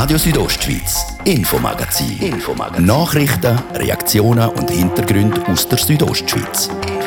Radio Südostschweiz, Infomagazin. Nachrichten, Reaktionen und Hintergründe aus der Südostschweiz.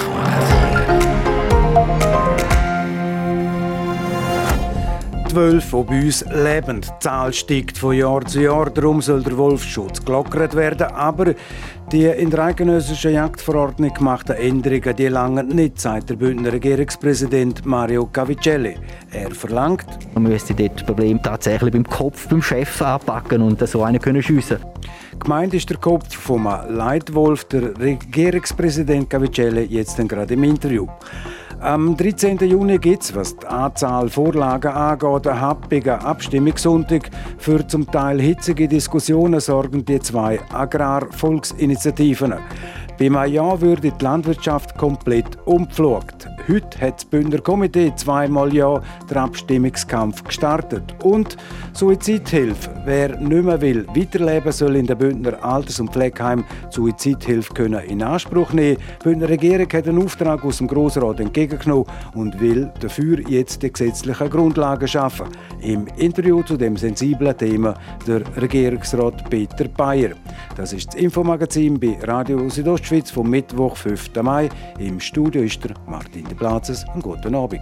Die Wölfe, die bei uns leben, die Zahl steigt von Jahr zu Jahr. Darum soll der Wolfsschutz gelockert werden. Aber die in der eidgenössischen Jagdverordnung gemachten Änderungen, die langen nicht, sagt der Bündner Regierungspräsident Mario Cavicelli. Er verlangt, man müsste dort das Problem tatsächlich beim Kopf, beim Chef anpacken und so einen schiessen können. Gemeint ist der Kopf vom Leitwolf, der Regierungspräsident Cavicelli, jetzt gerade im Interview. Am 13. Juni gibt es, was die Anzahl Vorlagen angeht, einen happigen Abstimmungssonntag. Für zum Teil hitzige Diskussionen sorgen die zwei Agrarvolksinitiativen. Beim Ja würde die Landwirtschaft komplett umgepflügt. Heute hat das Bündner Komitee zweimal Ja den Abstimmungskampf gestartet. Und Suizidhilfe. Wer nicht mehr will weiterleben, soll in den Bündner Alters- und Pflegeheim Suizidhilfe in Anspruch nehmen. Die Bündner Regierung hat einen Auftrag aus dem Grossrat entgegengenommen und will dafür jetzt die gesetzlichen Grundlagen schaffen. Im Interview zu dem sensiblen Thema der Regierungsrat Peter Bayer. Das ist das Infomagazin bei Radio Südostschweiz vom Mittwoch, 5. Mai. Im Studio ist der Martin de Platzes. Einen guten Abend.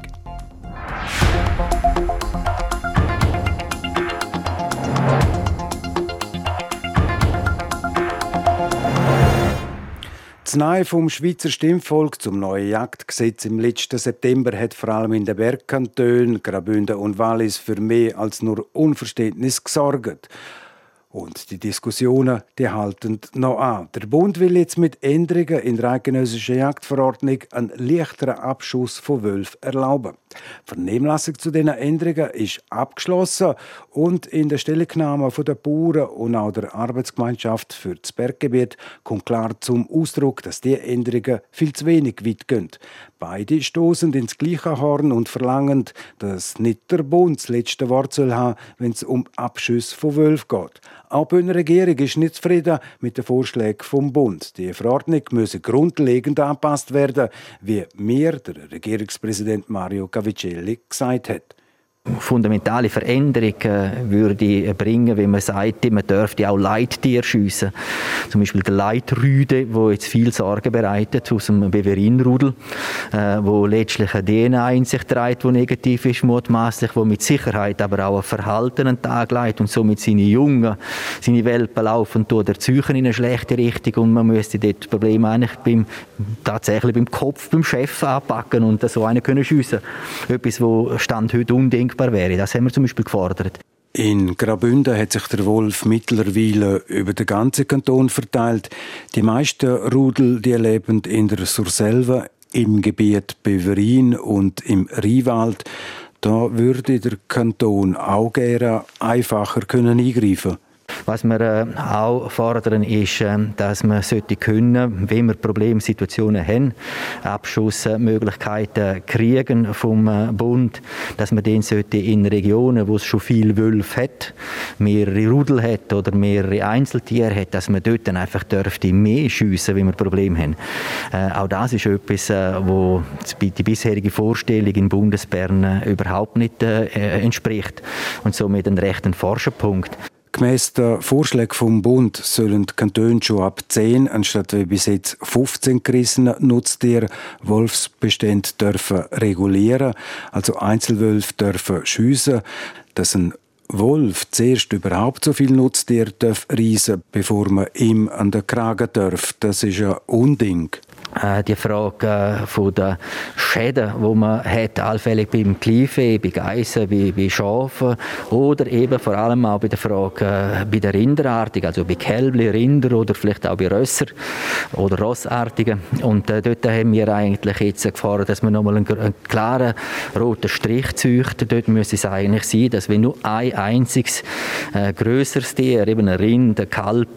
Das Nein vom Schweizer Stimmvolk zum neuen Jagdgesetz im letzten September hat vor allem in den Bergkantonen Graubünden und Wallis für mehr als nur Unverständnis gesorgt. Und die Diskussionen, die halten noch an. Der Bund will jetzt mit Änderungen in der eidgenössischen Jagdverordnung einen leichteren Abschuss von Wölfen erlauben. Die Vernehmlassung zu diesen Änderungen ist abgeschlossen und in der Stellungnahme der Bauern und auch der Arbeitsgemeinschaft für das Berggebiet kommt klar zum Ausdruck, dass diese Änderungen viel zu wenig weit gehen. Beide stoßen ins gleiche Horn und verlangen, dass nicht der Bund das letzte Wort soll haben, wenn es um Abschüsse von Wölfen geht. Auch die Bündner Regierung ist nicht zufrieden mit den Vorschlägen vom Bund. Die Verordnung müsse grundlegend angepasst werden, wie mir der Regierungspräsident Mario Cavicelli gesagt hat. Fundamentale Veränderung würde bringen, wenn man sagt, man dürfte auch Leittiere schiessen. Zum Beispiel der Leitrüde, wo jetzt viel Sorge bereitet aus dem Beverinrudel, wo letztlich eine DNA in sich trägt, die negativ ist, mutmaßlich, wo mit Sicherheit aber auch ein Verhalten an den Tag legt und somit seine Jungen, seine Welpen laufen durch der Züchen in eine schlechte Richtung und man müsste dort das Problem eigentlich tatsächlich beim Kopf, beim Chef anpacken und so einen schiessen können. Etwas, wo Stand heute undenkbar wäre. Das haben wir zum Beispiel gefordert. In Graubünden hat sich der Wolf mittlerweile über den ganzen Kanton verteilt. Die meisten Rudel die leben in der Surselva, im Gebiet Beverin und im Rheinwald. Da würde der Kanton auch gerne einfacher eingreifen können. Was wir auch fordern, ist, dass man können, wenn wir Problemsituationen haben, Abschussmöglichkeiten kriegen vom Bund, dass man den in Regionen, wo es schon viel Wölfe hat, mehrere Rudel hat oder mehrere Einzeltiere hat, dass man dort dann einfach mehr schiessen, wenn wir Probleme haben. Auch das ist etwas, wo die bisherige Vorstellung in Bundesbern überhaupt nicht entspricht und somit ein rechter Forschungspunkt. Gemäss den Vorschlägen vom Bund sollen die Kantone schon ab 10 anstatt wie bis jetzt 15 gerissene Nutztiere Wolfsbestände dürfen regulieren, also Einzelwölfe dürfen schiessen, dass ein Wolf zuerst überhaupt so viel Nutztiere reissen darf, bevor man ihm an den Kragen darf. Das ist ein Unding. Die Frage von den Schäden, die man hat, allfällig beim Kleinvieh, bei Geissen, bei Schafen oder eben vor allem auch bei der Frage bei der Rinderartigen, also bei Kälbli, Rinder oder vielleicht auch bei Rösser oder Rossartigen. Und dort haben wir eigentlich jetzt gefordert, dass man nochmal einen klaren roten Strich züchtet. Dort müsste es eigentlich sein, dass wenn nur ein einziges grösseres Tier, eben ein Rind, ein Kalb,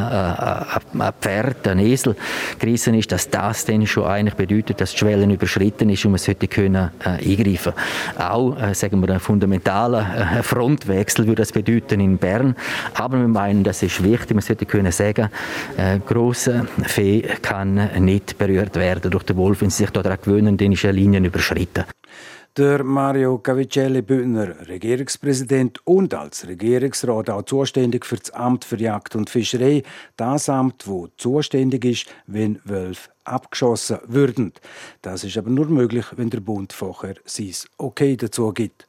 ein Pferd, ein Esel gerissen ist, dass das dann schon eigentlich bedeutet, dass die Schwelle überschritten ist und man sollte eingreifen können. Auch, sagen wir, einen fundamentalen Frontwechsel würde das bedeuten in Bern. Aber wir meinen, das ist wichtig. Man sollte sagen, grosse Vieh kann nicht berührt werden durch den Wolf. Wenn sie sich daran gewöhnen, dann ist eine Linie überschritten. Der Mario Cavicelli, Bündner Regierungspräsident und als Regierungsrat auch zuständig für das Amt für Jagd und Fischerei, das Amt, wo zuständig ist, wenn Wölfe abgeschossen würden. Das ist aber nur möglich, wenn der Bund vorher sein Okay dazu gibt.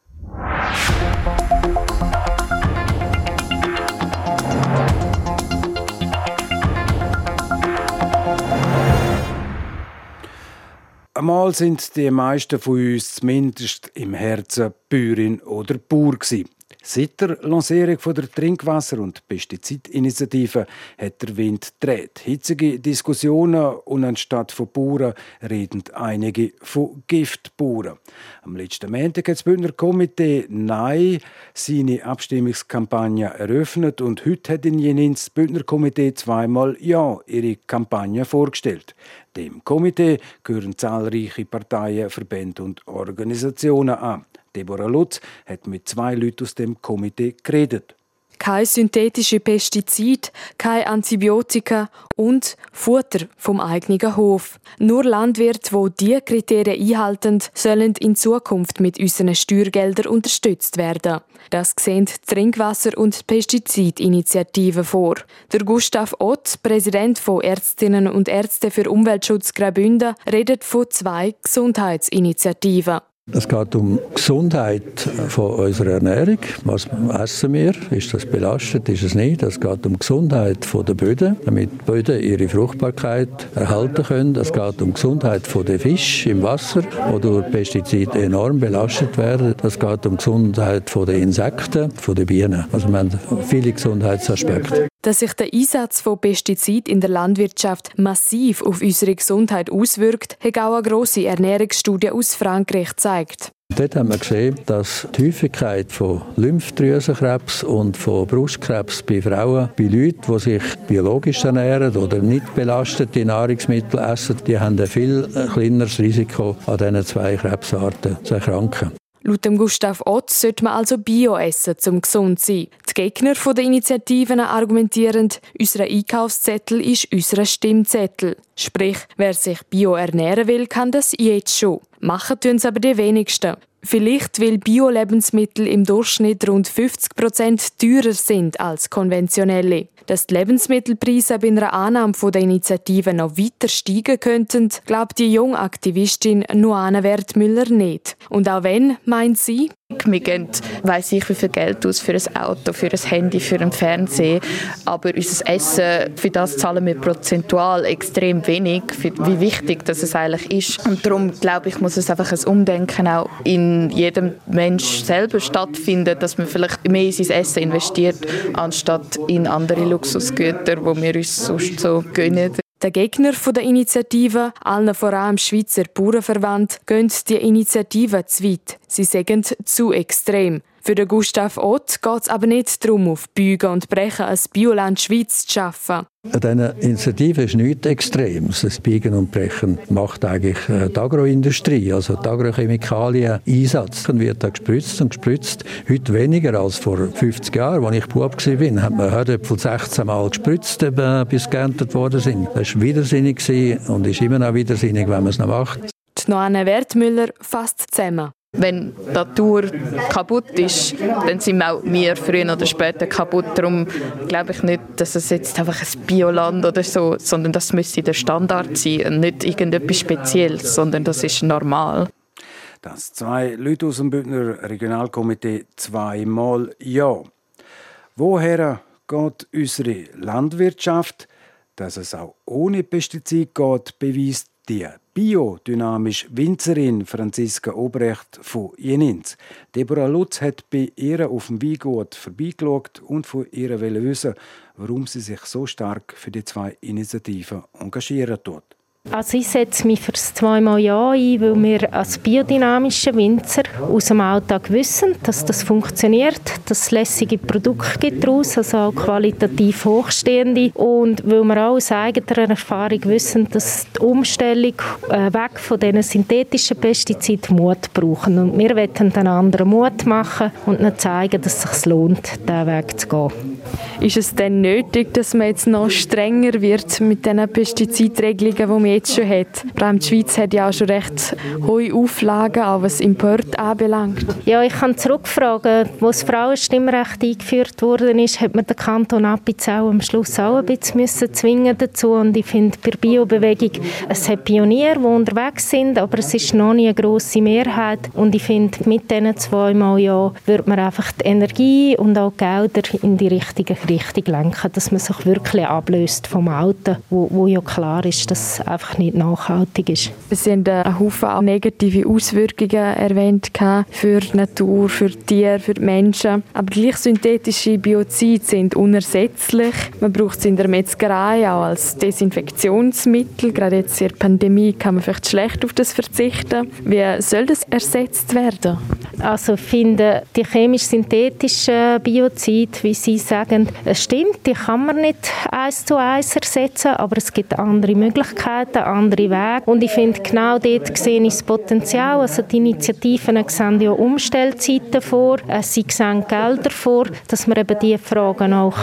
Einmal sind die meisten von uns zumindest im Herzen Bäuerin oder Bauer gewesen. Seit der Lancierung der Trinkwasser- und Pestizidinitiative hat der Wind gedreht. Hitzige Diskussionen und anstatt von Bauern reden einige von Giftbauern. Am letzten Montag hat das Bündner Komitee Nein seine Abstimmungskampagne eröffnet und heute hat in Jenins das Bündner Komitee zweimal Ja ihre Kampagne vorgestellt. Dem Komitee gehören zahlreiche Parteien, Verbände und Organisationen an. Deborah Lutz hat mit 2 Leuten aus dem Komitee geredet. Kein synthetische Pestizid, kein Antibiotika und Futter vom eigenen Hof. Nur Landwirte, die diese Kriterien einhalten, sollen in Zukunft mit unseren Steuergeldern unterstützt werden. Das sehen die Trinkwasser- und Pestizidinitiative vor. Der Gustav Ott, Präsident von Ärztinnen und Ärzte für Umweltschutz Graubünden, redet von 2 Gesundheitsinitiativen. Es geht um die Gesundheit von unserer Ernährung. Was essen wir? Ist das belastet? Ist es nicht? Es geht um die Gesundheit der Böden, damit die Böden ihre Fruchtbarkeit erhalten können. Es geht um die Gesundheit der Fische im Wasser, die durch Pestizide enorm belastet werden. Es geht um die Gesundheit der Insekten, der Bienen. Also wir haben viele Gesundheitsaspekte. Dass sich der Einsatz von Pestiziden in der Landwirtschaft massiv auf unsere Gesundheit auswirkt, hat auch eine grosse Ernährungsstudie aus Frankreich gezeigt. Dort haben wir gesehen, dass die Häufigkeit von Lymphdrüsenkrebs und von Brustkrebs bei Frauen, bei Leuten, die sich biologisch ernähren oder nicht belastete Nahrungsmittel essen, die haben ein viel kleineres Risiko, an diesen 2 Krebsarten zu erkranken. Laut dem Gustav Ott sollte man also Bio essen, um gesund zu sein. Die Gegner der Initiativen argumentieren, unser Einkaufszettel ist unser Stimmzettel. Sprich, wer sich Bio ernähren will, kann das jetzt schon. Machen tun es aber die wenigsten. Vielleicht, weil Bio-Lebensmittel im Durchschnitt rund 50% teurer sind als konventionelle. Dass die Lebensmittelpreise bei einer Annahme der Initiative noch weiter steigen könnten, glaubt die junge Aktivistin Noana Wertmüller nicht. Und auch wenn, meint sie, wir geben, weiss ich, wie viel Geld aus für ein Auto, für ein Handy, für einen Fernseher. Aber unser Essen, für das zahlen wir prozentual extrem wenig, wie wichtig das es eigentlich ist. Und darum, glaube ich, muss es einfach ein Umdenken auch in jedem Mensch selber stattfinden, dass man vielleicht mehr in sein Essen investiert, anstatt in andere Luxusgüter, die wir uns sonst so gönnen. Der Gegner der Initiative, allen voran im Schweizer Bauernverband, gehen die Initiative zu weit. Sie sagen zu extrem. Für den Gustav Ott geht es aber nicht darum, auf Biegen und Brechen ein Bioland Schweiz zu schaffen. An dieser Initiative ist nichts Extremes. Das Biegen und Brechen macht eigentlich die Agroindustrie, also die Agrochemikalien-Einsatz. Dann wird da gespritzt und gespritzt. Heute weniger als vor 50 Jahren, als ich Bub war, hat man Herdöpfel 16 Mal gespritzt, bis geerntet worden sind. Das war widersinnig und ist immer noch widersinnig, wenn man es noch macht. Die Noana Wertmüller fasst zusammen. Wenn die Natur kaputt ist, dann sind auch wir früher oder später kaputt. Darum glaube ich nicht, dass es jetzt einfach ein Bioland oder so, sondern das müsste der Standard sein und nicht irgendetwas Spezielles, sondern das ist normal. Das 2 Leute aus dem Bündner Regionalkomitee zweimal Ja. Woher geht unsere Landwirtschaft? Dass es auch ohne Pestizid geht, beweist die biodynamische Winzerin Franziska Obrecht von Jenins. Deborah Lutz hat bei ihr auf dem Weingut vorbeigeschaut und von ihr wissen, warum sie sich so stark für die 2 Initiativen engagieren tut. Also ich setze mich für das 2-mal Ja ein, weil wir als biodynamische Winzer aus dem Alltag wissen, dass das funktioniert, dass es lässige Produkte gibt daraus, also auch qualitativ hochstehende. Und weil wir auch aus eigener Erfahrung wissen, dass die Umstellung weg von diesen synthetischen Pestiziden Mut brauchen. Und wir wollen den anderen Mut machen und ihnen zeigen, dass es sich lohnt, diesen Weg zu gehen. Ist es denn nötig, dass man jetzt noch strenger wird mit den Pestizidregelungen, die man jetzt schon hat? Vor allem die Schweiz hat ja auch schon recht hohe Auflagen, auch was Import anbelangt. Ja, ich kann zurückfragen. Als das Frauenstimmrecht eingeführt worden ist, hat man den Kanton Appenzell am Schluss auch ein bisschen zwingen dazu. Und ich finde, bei der Biobewegung, es hat Pioniere, die unterwegs sind, aber es ist noch nie eine grosse Mehrheit. Und ich finde, mit diesen 2 Mal ja wird man einfach die Energie und auch die Gelder in die richtige Richtung lenken, dass man sich wirklich ablöst vom Auto, wo ja klar ist, dass es einfach nicht nachhaltig ist. Es sind ein Haufen negative Auswirkungen erwähnt für die Natur, für die Tiere, für die Menschen. Aber gleich synthetische Biozide sind unersetzlich. Man braucht sie in der Metzgerei auch als Desinfektionsmittel. Gerade jetzt in der Pandemie kann man vielleicht schlecht auf das verzichten. Wie soll das ersetzt werden? Also ich finde, die chemisch-synthetischen Biozide, wie Sie sagen, es stimmt, die kann man nicht 1:1 ersetzen, aber es gibt andere Möglichkeiten, andere Wege. Und ich finde, genau dort sehe ich das Potenzial. Also die Initiativen sehen ja Umstellzeiten vor, sie sehen Gelder vor, dass man eben diese Fragen auch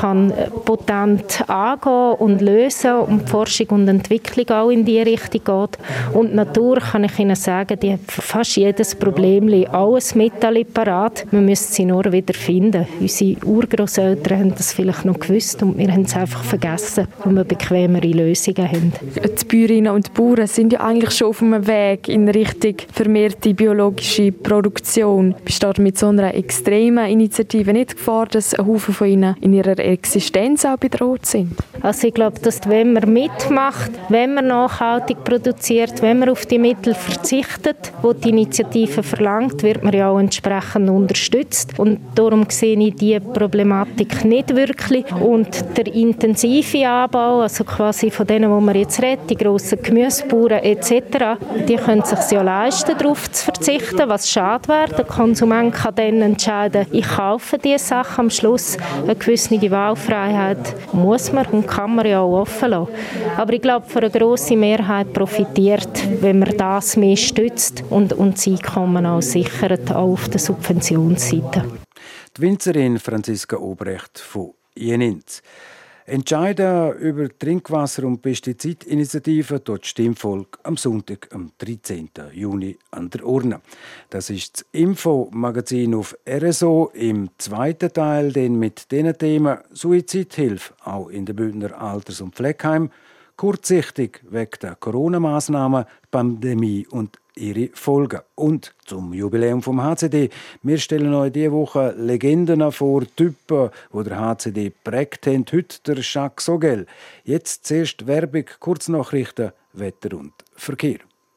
potent angehen und lösen und die Forschung und Entwicklung auch in diese Richtung geht. Und die Natur, kann ich Ihnen sagen, die hat für fast jedes Problem auch ein Mittel parat. Man müsste sie nur wieder finden. Unsere Urgroßeltern haben das vielleicht noch gewusst und wir haben es einfach vergessen, weil wir bequemere Lösungen haben. Die Bäuerinnen und Bauern sind ja eigentlich schon auf einem Weg in Richtung vermehrte biologische Produktion. Besteht mit so einer extremen Initiative nicht Gefahr, dass ein Haufen von ihnen in ihrer Existenz auch bedroht sind? Also ich glaube, dass wenn man mitmacht, wenn man nachhaltig produziert, wenn man auf die Mittel verzichtet, die Initiative verlangt, wird man ja auch entsprechend unterstützt. Und darum sehe ich diese Problematik nicht wirklich. Und der intensive Anbau, also quasi von denen, wo man jetzt redet, die grossen Gemüsebauern etc., die können sich ja leisten, darauf zu verzichten, was schade wäre. Der Konsument kann dann entscheiden, ich kaufe diese Sachen am Schluss. Eine gewisse Wahlfreiheit muss man und kann man ja auch offen lassen. Aber ich glaube, für eine grosse Mehrheit profitiert, wenn man das mehr stützt und das Einkommen auch sichert, auch auf der Subventionsseite. Die Winzerin Franziska Obrecht von Jenintz. Entscheiden über Trinkwasser- und Pestizidinitiativen dort Stimmvolk am Sonntag, am 13. Juni an der Urne. Das ist das Infomagazin auf RSO. Im zweiten Teil dann mit diesen Themen Suizidhilfe, auch in den Bündner Alters- und Pflegeheim, kurzsichtig wegen der Corona-Massnahmen, Pandemie und ihre Folgen. Und zum Jubiläum vom HCD. Wir stellen euch diese Woche Legenden vor, Typen, die der HCD geprägt haben. Heute der Jacques Sogel. Jetzt zuerst Werbung, Kurznachrichten, Wetter und Verkehr.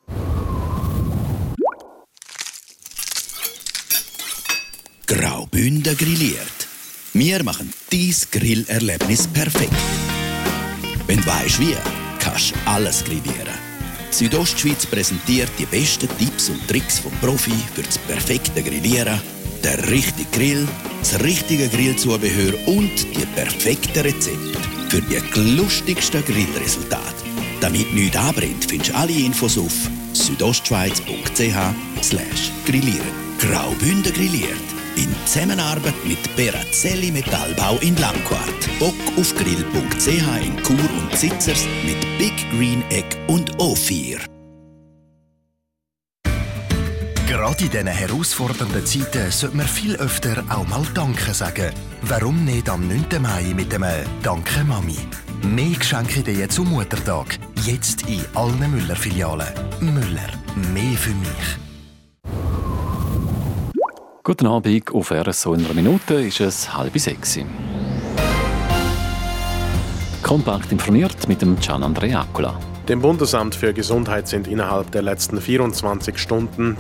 Graubünden grilliert. Wir machen dies Grillerlebnis perfekt. Wenn du weißt wie, kannst du alles grillieren. Südostschweiz präsentiert die besten Tipps und Tricks vom Profi für das perfekte Grillieren, der richtige Grill, das richtige Grillzubehör und die perfekten Rezepte für die lustigsten Grillresultate. Damit nichts anbrennt, findest du alle Infos auf südostschweiz.ch/grillieren. Graubünden grilliert. In Zusammenarbeit mit Perazzelli Metallbau in Langquart. Bock auf grill.ch in Chur und Sitzers mit Big Green Egg und O4. Gerade in diesen herausfordernden Zeiten sollte man viel öfter auch mal Danke sagen. Warum nicht am 9. Mai mit dem «Danke Mami»? Mehr Geschenkideen zum Muttertag. Jetzt in allen Müller-Filialen. Müller. Mehr für mich. Guten Abend, auf RSO in einer Minute ist es 5:30. Kompakt informiert mit dem Gian Andrea Accola. Dem Bundesamt für Gesundheit sind innerhalb der letzten 24 Stunden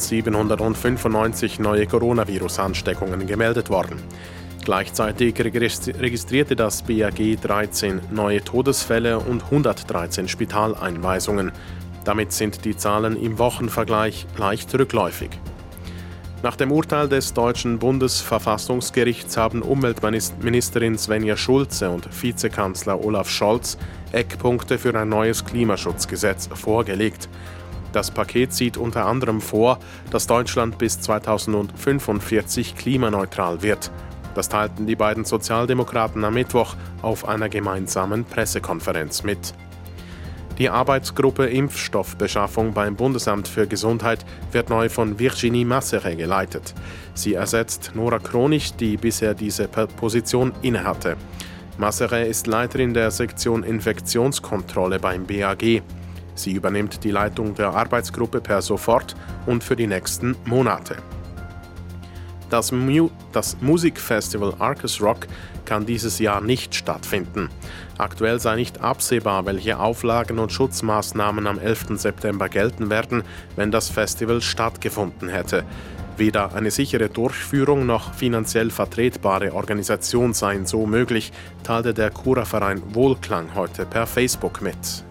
1795 neue Coronavirus-Ansteckungen gemeldet worden. Gleichzeitig registrierte das BAG 13 neue Todesfälle und 113 Spitaleinweisungen. Damit sind die Zahlen im Wochenvergleich leicht rückläufig. Nach dem Urteil des deutschen Bundesverfassungsgerichts haben Umweltministerin Svenja Schulze und Vizekanzler Olaf Scholz Eckpunkte für ein neues Klimaschutzgesetz vorgelegt. Das Paket sieht unter anderem vor, dass Deutschland bis 2045 klimaneutral wird. Das teilten die beiden Sozialdemokraten am Mittwoch auf einer gemeinsamen Pressekonferenz mit. Die Arbeitsgruppe Impfstoffbeschaffung beim Bundesamt für Gesundheit wird neu von Virginie Masseret geleitet. Sie ersetzt Nora Kronig, die bisher diese Position innehatte. Masseret ist Leiterin der Sektion Infektionskontrolle beim BAG. Sie übernimmt die Leitung der Arbeitsgruppe per sofort und für die nächsten Monate. Das Musikfestival Arcus Rock kann dieses Jahr nicht stattfinden. Aktuell sei nicht absehbar, welche Auflagen und Schutzmaßnahmen am 11. September gelten werden, wenn das Festival stattgefunden hätte. Weder eine sichere Durchführung noch finanziell vertretbare Organisation seien so möglich, teilte der Chorverein Wohlklang heute per Facebook mit.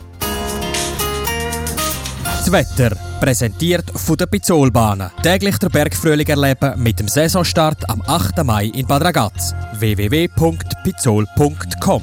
Das Wetter, präsentiert von der Pizzolbahnen. Täglich der Bergfrühling erleben mit dem Saisonstart am 8. Mai in Bad Ragaz. www.pizzol.com.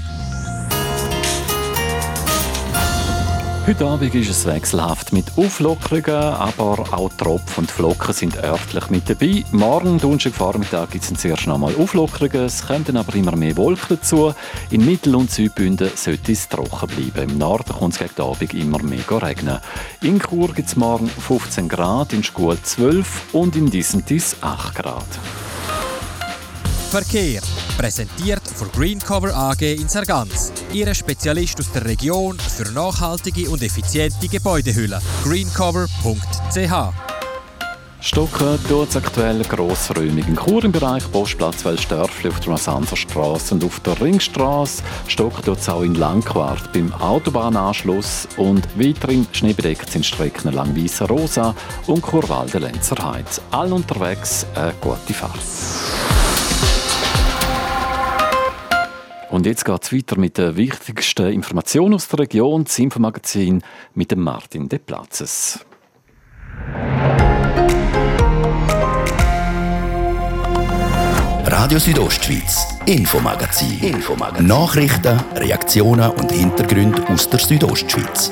Heute Abend ist es wechselhaft mit Auflockerungen, aber auch Tropfen und Flocken sind örtlich mit dabei. Morgen, Donnerstagvormittag, gibt es zuerst noch einmal Auflockerungen. Es kommen dann aber immer mehr Wolken dazu. In Mittel- und Südbünden sollte es trocken bleiben. Im Norden kommt es gegen Abend immer mehr regnen. In Chur gibt es morgen 15 Grad, in Schkuhl 12 und in Disentis 8 Grad. Verkehr, präsentiert von Greencover AG in Sargans. Ihre Spezialist aus der Region für nachhaltige und effiziente Gebäudehüllen. greencover.ch. Stocken tut es aktuell grossräumig in Chur im Bereich Postplatz Welsdörfli auf der Masanserstrasse und auf der Ringstrasse. Stocken tut es auch in Langquart beim Autobahnanschluss und weiterhin schneebedeckt sind Strecken lang Wiesser-Rosa und Churwalden-Lenzerheide. Allen unterwegs eine gute Fahrt. Und jetzt geht es weiter mit der wichtigsten Information aus der Region, das Infomagazin mit dem Martin De Platzes. Radio Südostschweiz, Infomagazin. Nachrichten, Reaktionen und Hintergründe aus der Südostschweiz.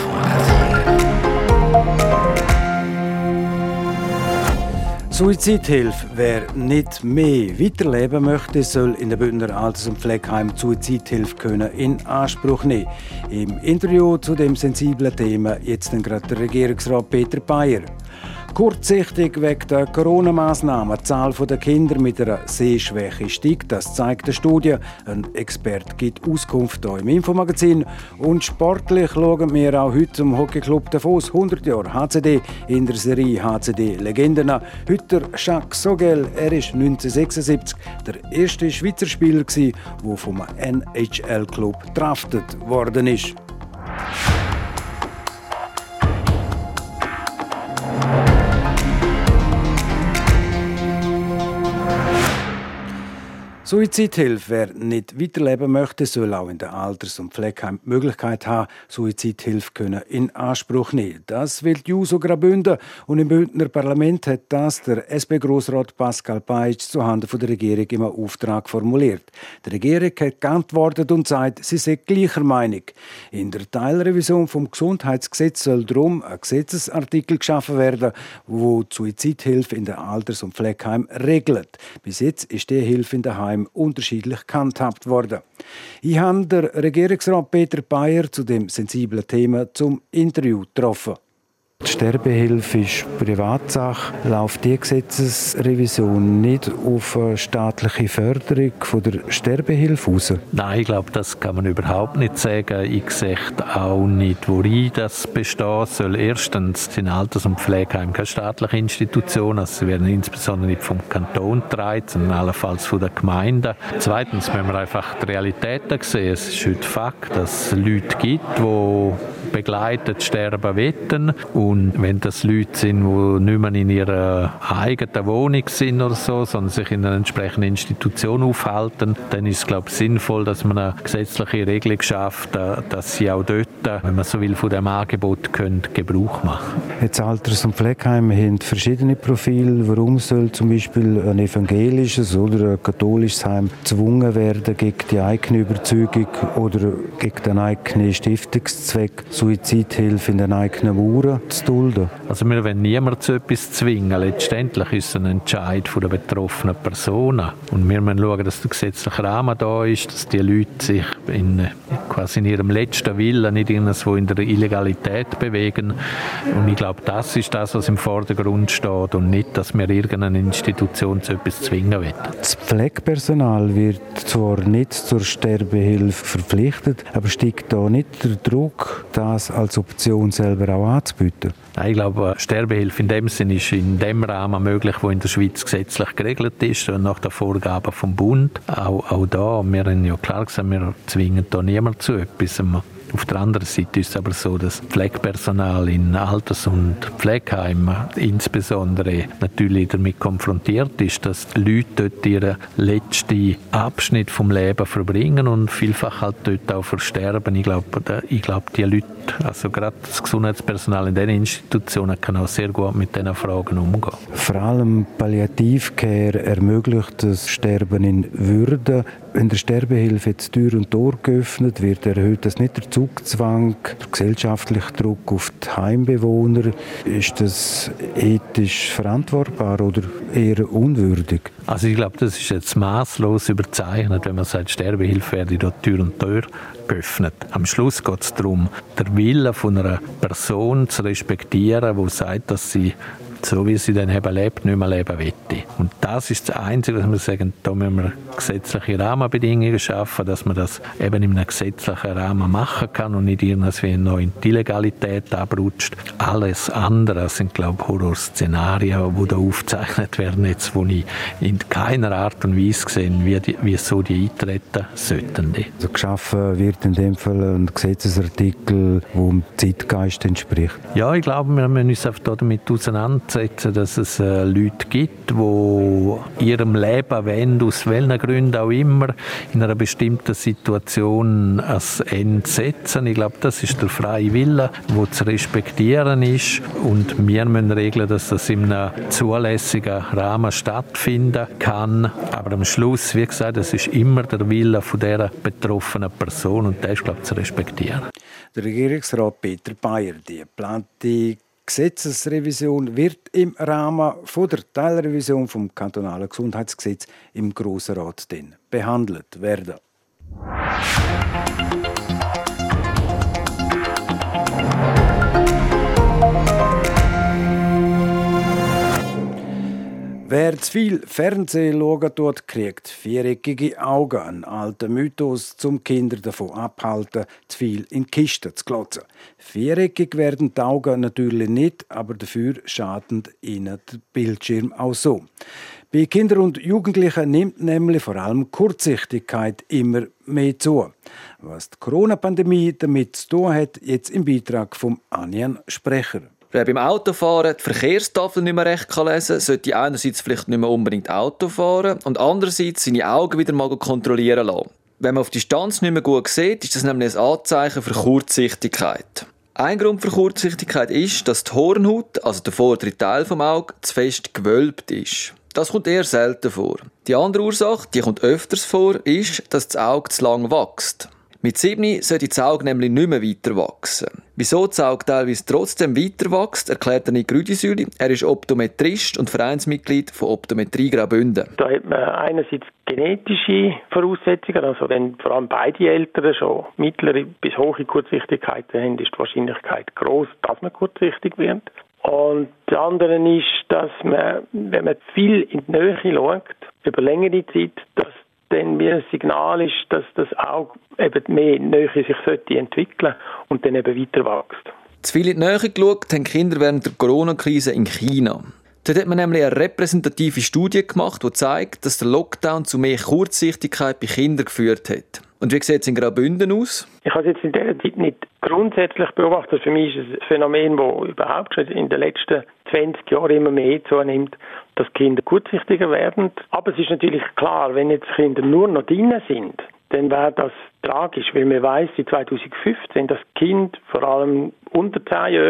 Suizidhilfe. Wer nicht mehr weiterleben möchte, soll in der Bündner Alters- und Pflegeheim Suizidhilfe können in Anspruch nehmen. Im Interview zu dem sensiblen Thema jetzt gerade der Regierungsrat Peter Bayer. Kurzsichtig wegen der Corona-Massnahmen. Die Zahl der Kinder mit einer Sehschwäche steigt. Das zeigt eine Studie. Ein Experte gibt Auskunft hier im Infomagazin. Und sportlich schauen wir auch heute zum Hockeyclub Davos 100 Jahre HCD in der Serie HCD Legenden an. Heute der Jacques Sogel. Er ist 1976 der erste Schweizer Spieler, der vom NHL-Club gedraftet worden ist. Suizidhilfe. Wer nicht weiterleben möchte, soll auch in der Alters- und Pflegeheim die Möglichkeit haben, Suizidhilfe in Anspruch nehmen. Das will die JUSO Graubünden und im Bündner Parlament hat das der SP-Grossrat Pascal Peitsch zuhanden der Regierung im Auftrag formuliert. Die Regierung hat geantwortet und sagt, sie sei gleicher Meinung. In der Teilrevision vom Gesundheitsgesetz soll darum ein Gesetzesartikel geschaffen werden, wo die Suizidhilfe in der Alters- und Pflegeheim regelt. Bis jetzt ist die Hilfe in der Heim unterschiedlich gehandhabt worden. Ich habe den Regierungsrat Peter Bayer zu dem sensiblen Thema zum Interview getroffen. Die Sterbehilfe ist Privatsache. Läuft die Gesetzesrevision nicht auf eine staatliche Förderung von der Sterbehilfe raus? Nein, ich glaube, das kann man überhaupt nicht sagen. Ich sehe auch nicht, worin das bestehen soll. Erstens sind Alters- und Pflegeheime keine staatliche Institution. Also sie werden insbesondere nicht vom Kanton getragen, sondern allenfalls von den Gemeinden. Zweitens müssen wir einfach die Realitäten sehen. Es ist heute Fakt, dass es Leute gibt, die begleitet sterben wollen. Und wenn das Leute sind, die nicht mehr in ihrer eigenen Wohnung sind oder so, sondern sich in einer entsprechenden Institution aufhalten, dann ist es, glaube ich, sinnvoll, dass man eine gesetzliche Regelung schafft, dass sie auch dort, wenn man so will, von diesem Angebot können, Gebrauch machen. Jetzt Alters- und Pflegeheime haben verschiedene Profile. Warum soll zum Beispiel ein evangelisches oder ein katholisches Heim gezwungen werden, gegen die eigene Überzeugung oder gegen den eigenen Stiftungszweck Suizidhilfe in den eigenen Mauern zu dulden? Also wir wollen niemanden zu etwas zwingen. Letztendlich ist es ein Entscheid der betroffenen Personen. Und wir müssen schauen, dass der gesetzliche Rahmen da ist, dass die Leute sich quasi in ihrem letzten Willen nicht irgendwo in der Illegalität bewegen. Und ich glaube, das ist das, was im Vordergrund steht und nicht, dass wir irgendeine Institution zu etwas zwingen wollen. Das Pflegepersonal wird zwar nicht zur Sterbehilfe verpflichtet, aber steigt da nicht der Druck, das als Option selber auch anzubieten? Ich glaube, Sterbehilfe in dem Sinne ist in dem Rahmen möglich, wo in der Schweiz gesetzlich geregelt ist, nach den Vorgaben vom Bund. Auch da, wir haben ja klar gesagt, wir zwingen da niemanden zu etwas. Auf der anderen Seite ist es aber so, dass Pflegepersonal in Alters- und Pflegeheimen insbesondere natürlich damit konfrontiert ist, dass Leute dort ihren letzten Abschnitt vom Leben verbringen und vielfach halt dort auch versterben. Ich glaube, die Leute, also gerade das Gesundheitspersonal in diesen Institutionen, kann auch sehr gut mit diesen Fragen umgehen. Vor allem Palliativcare ermöglicht das Sterben in Würde. Wenn der Sterbehilfe jetzt Tür und Tor geöffnet wird, erhöht das nicht der Zugzwang, der gesellschaftliche Druck auf die Heimbewohner. Ist das ethisch verantwortbar oder eher unwürdig? Also ich glaube, das ist jetzt maßlos überzeichnet, wenn man sagt, Sterbehilfe werde dort Tür und Tor geöffnet. Am Schluss geht es darum, den Willen von einer Person zu respektieren, die sagt, dass sie so wie sie dann eben lebt, nicht mehr leben möchte. Und das ist das Einzige, was wir sagen, da müssen wir gesetzliche Rahmenbedingungen schaffen, dass man das eben in einem gesetzlichen Rahmen machen kann und nicht irgendwie noch in die Illegalität abrutscht. Alles andere sind, glaube ich, Horrorszenarien, die da aufgezeichnet werden, jetzt, wo ich in keiner Art und Weise gesehen, wie so die eintreten sollten. Also geschaffen wird in dem Fall ein Gesetzesartikel, der dem Zeitgeist entspricht. Ja, ich glaube, wir müssen uns einfach damit auseinandersetzen, dass es Leute gibt, die ihrem Leben wollen, aus welchen Gründen auch immer, in einer bestimmten Situation ein Ende setzen. Ich glaube, das ist der freie Wille, der zu respektieren ist. Und wir müssen regeln, dass das in einem zulässigen Rahmen stattfinden kann. Aber am Schluss, wie gesagt, es ist immer der Wille von dieser betroffenen Person und der ist, glaube ich, zu respektieren. Der Regierungsrat Peter Bayer, die geplante Gesetzesrevision wird im Rahmen von der Teilrevision vom kantonalen Gesundheitsgesetz im Grossen Rat behandelt werden. Wer zu viel Fernsehen schauen tut, kriegt viereckige Augen. Ein alter Mythos, zum Kinder davon abhalten, zu viel in Kisten zu glotzen. Viereckig werden die Augen natürlich nicht, aber dafür schaden ihnen der Bildschirm auch so. Bei Kindern und Jugendlichen nimmt nämlich vor allem Kurzsichtigkeit immer mehr zu. Was die Corona-Pandemie damit zu tun hat, jetzt im Beitrag von Anjan Sprecher. Wer beim Autofahren die Verkehrstafel nicht mehr recht lesen kann, sollte einerseits vielleicht nicht mehr unbedingt Auto fahren und andererseits seine Augen wieder mal kontrollieren lassen. Wenn man auf Distanz nicht mehr gut sieht, ist das nämlich ein Anzeichen für Kurzsichtigkeit. Ein Grund für Kurzsichtigkeit ist, dass die Hornhaut, also der vordere Teil vom Auge, zu fest gewölbt ist. Das kommt eher selten vor. Die andere Ursache, die kommt öfters vor, ist, dass das Auge zu lang wächst. Mit 7 sollte das Auge nämlich nicht mehr weiter wachsen. Wieso das Auge teilweise trotzdem weiter wächst, erklärt Nick Rüdisüli. Er ist Optometrist und Vereinsmitglied von Optometrie Graubünden. Da hat man einerseits genetische Voraussetzungen, also wenn vor allem beide Eltern schon mittlere bis hohe Kurzsichtigkeiten haben, ist die Wahrscheinlichkeit groß, dass man kurzsichtig wird. Und das andere ist, dass man, wenn man viel in die Nähe schaut, über längere Zeit, dass dann wie ein Signal ist, dass das Auge eben mehr in die Nähe sich entwickeln sollte und dann eben weiter wächst. Zu viel in die Nähe geschaut haben Kinder während der Corona-Krise in China. Dort hat man nämlich eine repräsentative Studie gemacht, die zeigt, dass der Lockdown zu mehr Kurzsichtigkeit bei Kindern geführt hat. Und wie sieht es in Graubünden aus? Ich habe es jetzt in dieser Zeit nicht grundsätzlich beobachtet. Für mich ist es ein Phänomen, das überhaupt schon in den letzten 20 Jahren immer mehr zunimmt, dass Kinder kurzsichtiger werden. Aber es ist natürlich klar, wenn jetzt Kinder nur noch drinnen sind, dann wäre das tragisch, weil man weiss, in 2015, dass Kind, vor allem unter 10-jährig,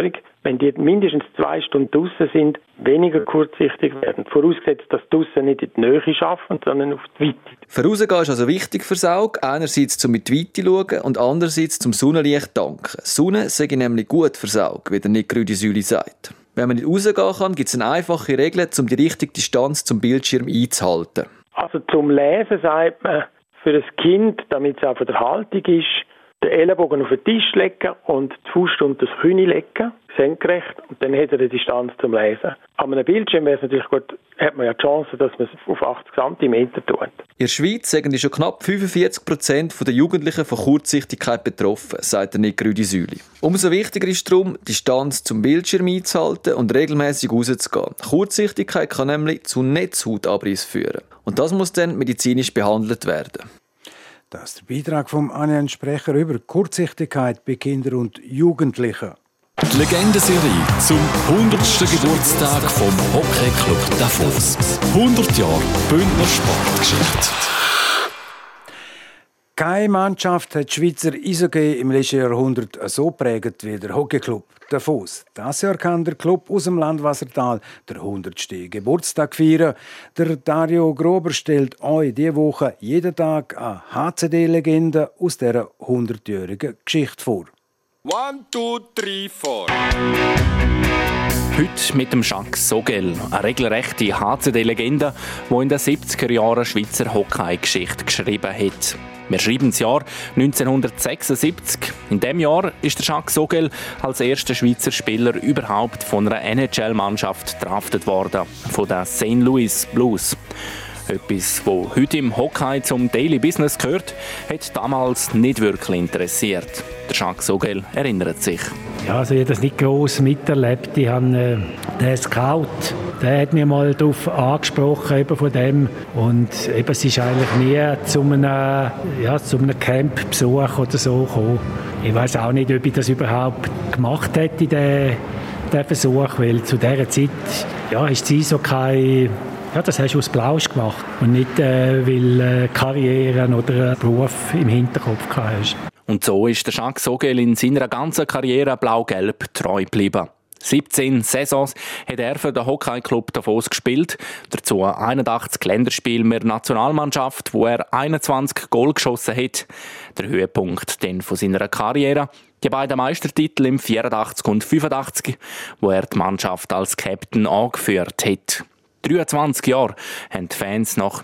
wenn die mindestens 2 Stunden draussen sind, weniger kurzsichtig werden. Vorausgesetzt, dass die draussen nicht in die Nähe schaffen, sondern auf die Weite. Vorausgehen ist also wichtig für das Auge. Einerseits zum mit die Weite schauen und andererseits zum Sonnenlicht danken. Sonne sei nämlich gut fürs Auge, wie der Nick Rüdisüli sagt. Wenn man nicht rausgehen kann, gibt es eine einfache Regel, um die richtige Distanz zum Bildschirm einzuhalten. Also zum Lesen sagt man, für ein Kind, damit es auch von der Haltung ist, den Ellenbogen auf den Tisch legen und die Faust unter das Knie legen, senkrecht, und dann hat er eine Distanz zum Lesen. An einem Bildschirm wäre es natürlich gut, hat man ja die Chance, dass man es auf 80 cm tut. In der Schweiz sind schon knapp 45% der Jugendlichen von Kurzsichtigkeit betroffen, sagt der Nick Rüdisüli. Umso wichtiger ist darum, die Distanz zum Bildschirm einzuhalten und regelmäßig rauszugehen. Kurzsichtigkeit kann nämlich zu Netzhautabriss führen. Und das muss dann medizinisch behandelt werden. Das ist der Beitrag vom Anjan Sprecher über Kurzsichtigkeit bei Kindern und Jugendlichen. Die Legendenserie zum 100. Geburtstag vom Hockeyclub Davos. 100 Jahre Bündner Sportgeschichte. Keine Mannschaft hat die Schweizer Eishockey im letzten Jahrhundert so geprägt wie der Hockeyclub Davos. Dieses Jahr kann der Club aus dem Landwassertal den 100. Geburtstag feiern. Der Dario Grober stellt euch diese Woche jeden Tag eine HCD-Legende aus dieser 100-jährigen Geschichte vor. 1, 2, 3, 4. Heute mit dem Jacques Sogel, eine regelrechte HCD-Legende, die in den 70er Jahren Schweizer Hockey-Geschichte geschrieben hat. Wir schreiben das Jahr 1976. In diesem Jahr ist der Jacques Sogel als erster Schweizer Spieler überhaupt von einer NHL-Mannschaft draftet worden, von den St. Louis Blues. Etwas, das heute im Hockey zum Daily Business gehört, hat damals nicht wirklich interessiert. Der Jacques Sogel erinnert sich. Ja, also ich habe das nicht gross miterlebt. Ich habe den Scout, der hat mir mal darauf angesprochen, eben von dem. Und eben, es ist eigentlich nie zu einem Campbesuch oder so gekommen. Ich weiß auch nicht, ob ich das überhaupt gemacht hätte, den Versuch, weil zu dieser Zeit ist es so kein... Ja, das hast du aus Blausch gemacht und nicht, weil Karriere oder einen Beruf im Hinterkopf hast. Und so ist der Jacques Sogel in seiner ganzen Karriere blau-gelb treu geblieben. 17 Saisons hat er für den Hockeyclub Davos gespielt, dazu 81 Länderspiele mit der Nationalmannschaft, wo er 21 Goal geschossen hat. Der Höhepunkt dann von seiner Karriere, die beiden Meistertitel im 84 und 85, wo er die Mannschaft als Captain angeführt hat. 23 Jahre haben die Fans nach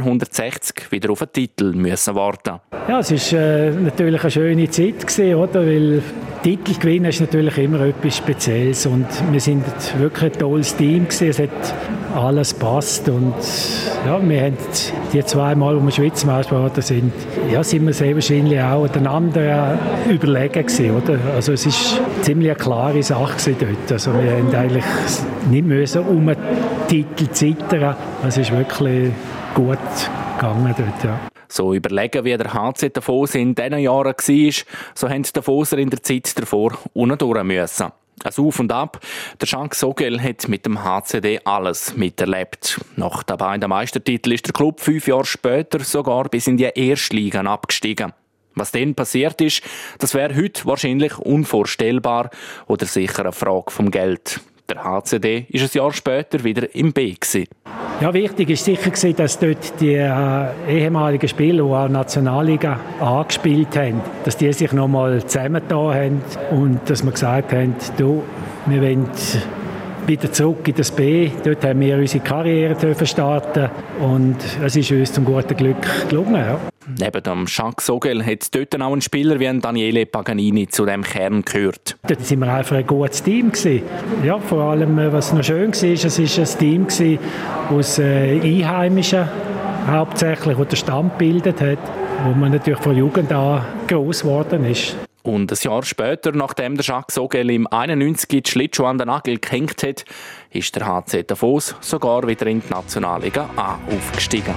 1960 wieder auf einen Titel müssen warten. Ja, es war natürlich eine schöne Zeit gewesen, oder? Weil Titel gewinnen ist natürlich immer etwas Spezielles und wir sind wirklich ein tolles Team gewesen. Es hat alles gepasst und ja, wir haben die 2 Mal, wo wir Schweizer Meister geworden sind, sind wir sehr wahrscheinlich auch einander überlegen gewesen, oder? Also es ist ziemlich eine klare Sache dort. Also wir haben eigentlich nicht müssen um einen Titel zittern. Es ist wirklich gut gegangen dort, ja. So überlegen, wie der HC Davos in diesen Jahren war, so haben die Davoser in der Zeit davor unten durch müssen. Ein Auf und Ab. Der Jacques Sogel hat mit dem HCD alles miterlebt. Nach den beiden Meistertiteln ist der Club 5 Jahre später sogar bis in die Erstliga abgestiegen. Was dann passiert ist, das wäre heute wahrscheinlich unvorstellbar oder sicher eine Frage vom Geld. Der HCD war ein Jahr später wieder im B. Ja, wichtig war sicher, dass dort die ehemaligen Spieler, die auch Nationalliga angespielt haben, dass die sich noch mal zusammengetan haben und dass wir gesagt haben, wir wollen wieder zurück in das B. Dort haben wir unsere Karriere starten und es ist uns zum guten Glück gelungen. Ja. Neben dem Jacques Sogel hat dort auch ein Spieler wie Daniele Paganini zu dem Kern gehört. Dort waren wir einfach ein gutes Team gewesen. Ja, vor allem, was noch schön war, es war ein Team aus Einheimischen, hauptsächlich, das den Stamm gebildet hat, wo man natürlich von Jugend an gross geworden ist. Und ein Jahr später, nachdem der Jacques Sogel im 91 die Schlittschuhe an den Nagel gehängt hat, ist der HC Davos sogar wieder in die Nationalliga A aufgestiegen.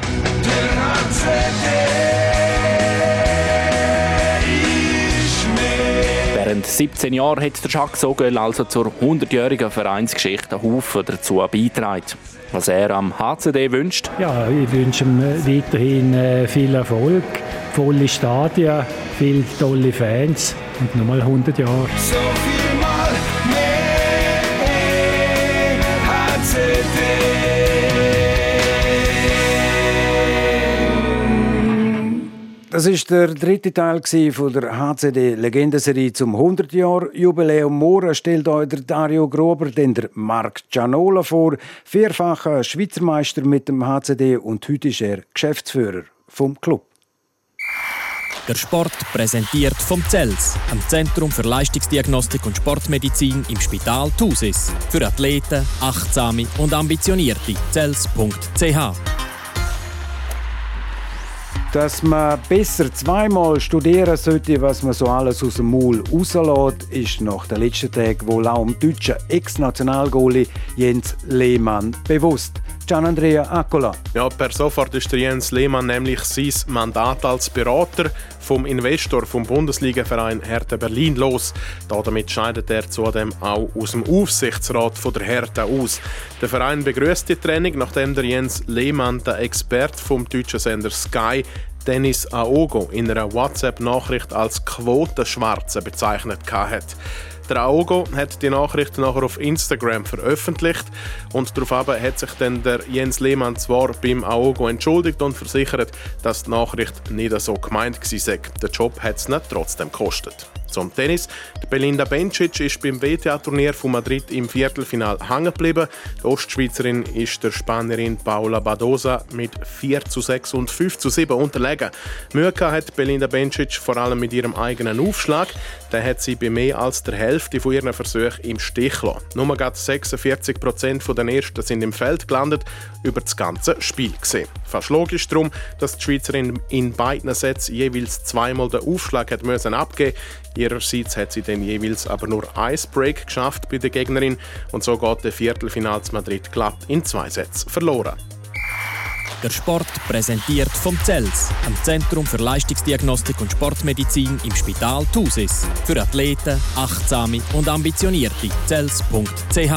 Während 17 Jahren hat der Jacques Sogel also zur 100-jährigen Vereinsgeschichte einen Haufen dazu beigetragen. Was er am HCD wünscht? Ja, ich wünsche ihm weiterhin viel Erfolg, volle Stadien, viele tolle Fans und nochmal 100 Jahre. So viel mal mehr Das ist der dritte Teil von der HCD-Legendenserie zum 100-Jahr-Jubiläum. Morgen stellt euch der Dario Grober den der Marc Gianola vor, vierfacher Schweizer Meister mit dem HCD und heute ist er Geschäftsführer vom Club. Der Sport präsentiert vom CELS, am Zentrum für Leistungsdiagnostik und Sportmedizin im Spital Thusis. Für Athleten, Achtsame und Ambitionierte. CELS.ch. Dass man besser zweimal studieren sollte, was man so alles aus dem Maul rauslässt, ist nach den letzten Tagen wohl auch dem deutschen Ex-Nationalgoalie Jens Lehmann bewusst. Gian-Andrea Accola. Ja, per sofort ist der Jens Lehmann nämlich sein Mandat als Berater vom Investor vom Bundesligaverein Hertha Berlin los. Damit scheidet er zudem auch aus dem Aufsichtsrat von der Hertha aus. Der Verein begrüßt die Trennung, nachdem der Jens Lehmann, der Experte vom deutschen Sender Sky, Dennis Aogo in einer WhatsApp-Nachricht als Quotenschwarze bezeichnet hat. Der Aogo hat die Nachricht nachher auf Instagram veröffentlicht und daraufhin hat sich dann der Jens Lehmann zwar beim Aogo entschuldigt und versichert, dass die Nachricht nicht so gemeint war. Der Job hat es nicht trotzdem gekostet. Zum Tennis. Die Belinda Bencic ist beim WTA-Turnier von Madrid im Viertelfinal hängen geblieben. Die Ostschweizerin ist der Spanierin Paula Badosa mit 4:6 und 5:7 unterlegen. Mühe hat Belinda Bencic vor allem mit ihrem eigenen Aufschlag. Den hat sie bei mehr als der Hälfte von ihren Versuchen im Stich gelassen. Nur gerade 46% von den Ersten sind im Feld gelandet, über das ganze Spiel gesehen. Fast logisch darum, dass die Schweizerin in beiden Sätzen jeweils zweimal den Aufschlag hat müssen abgeben. Ihrerseits hat sie dann jeweils aber nur ein Break geschafft bei der Gegnerin und so geht der Viertelfinal zu Madrid glatt in 2 Sätzen verloren. Der Sport präsentiert vom CELS, am Zentrum für Leistungsdiagnostik und Sportmedizin im Spital Thusis. Für Athleten, Achtsame und Ambitionierte. CELS.ch.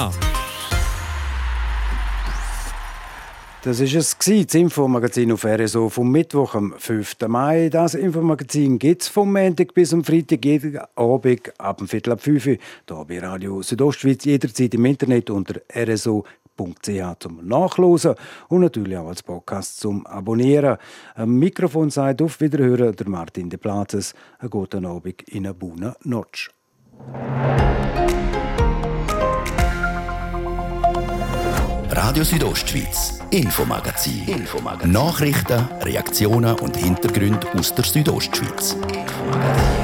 Das war es, das Infomagazin auf RSO vom Mittwoch, am 5. Mai. Das Infomagazin gibt es vom Montag bis am Freitag jeden Abend ab 4:15 Uhr hier bei Radio Südostschweiz, jederzeit im Internet unter rso.ch zum Nachlesen und natürlich auch als Podcast zum Abonnieren. Am Mikrofon sagt auf Wiederhören der Martin de Plazes. Einen guten Abend in einer buona noche. Radio Südostschweiz, Infomagazin. Nachrichten, Reaktionen und Hintergründe aus der Südostschweiz. Infomagazin.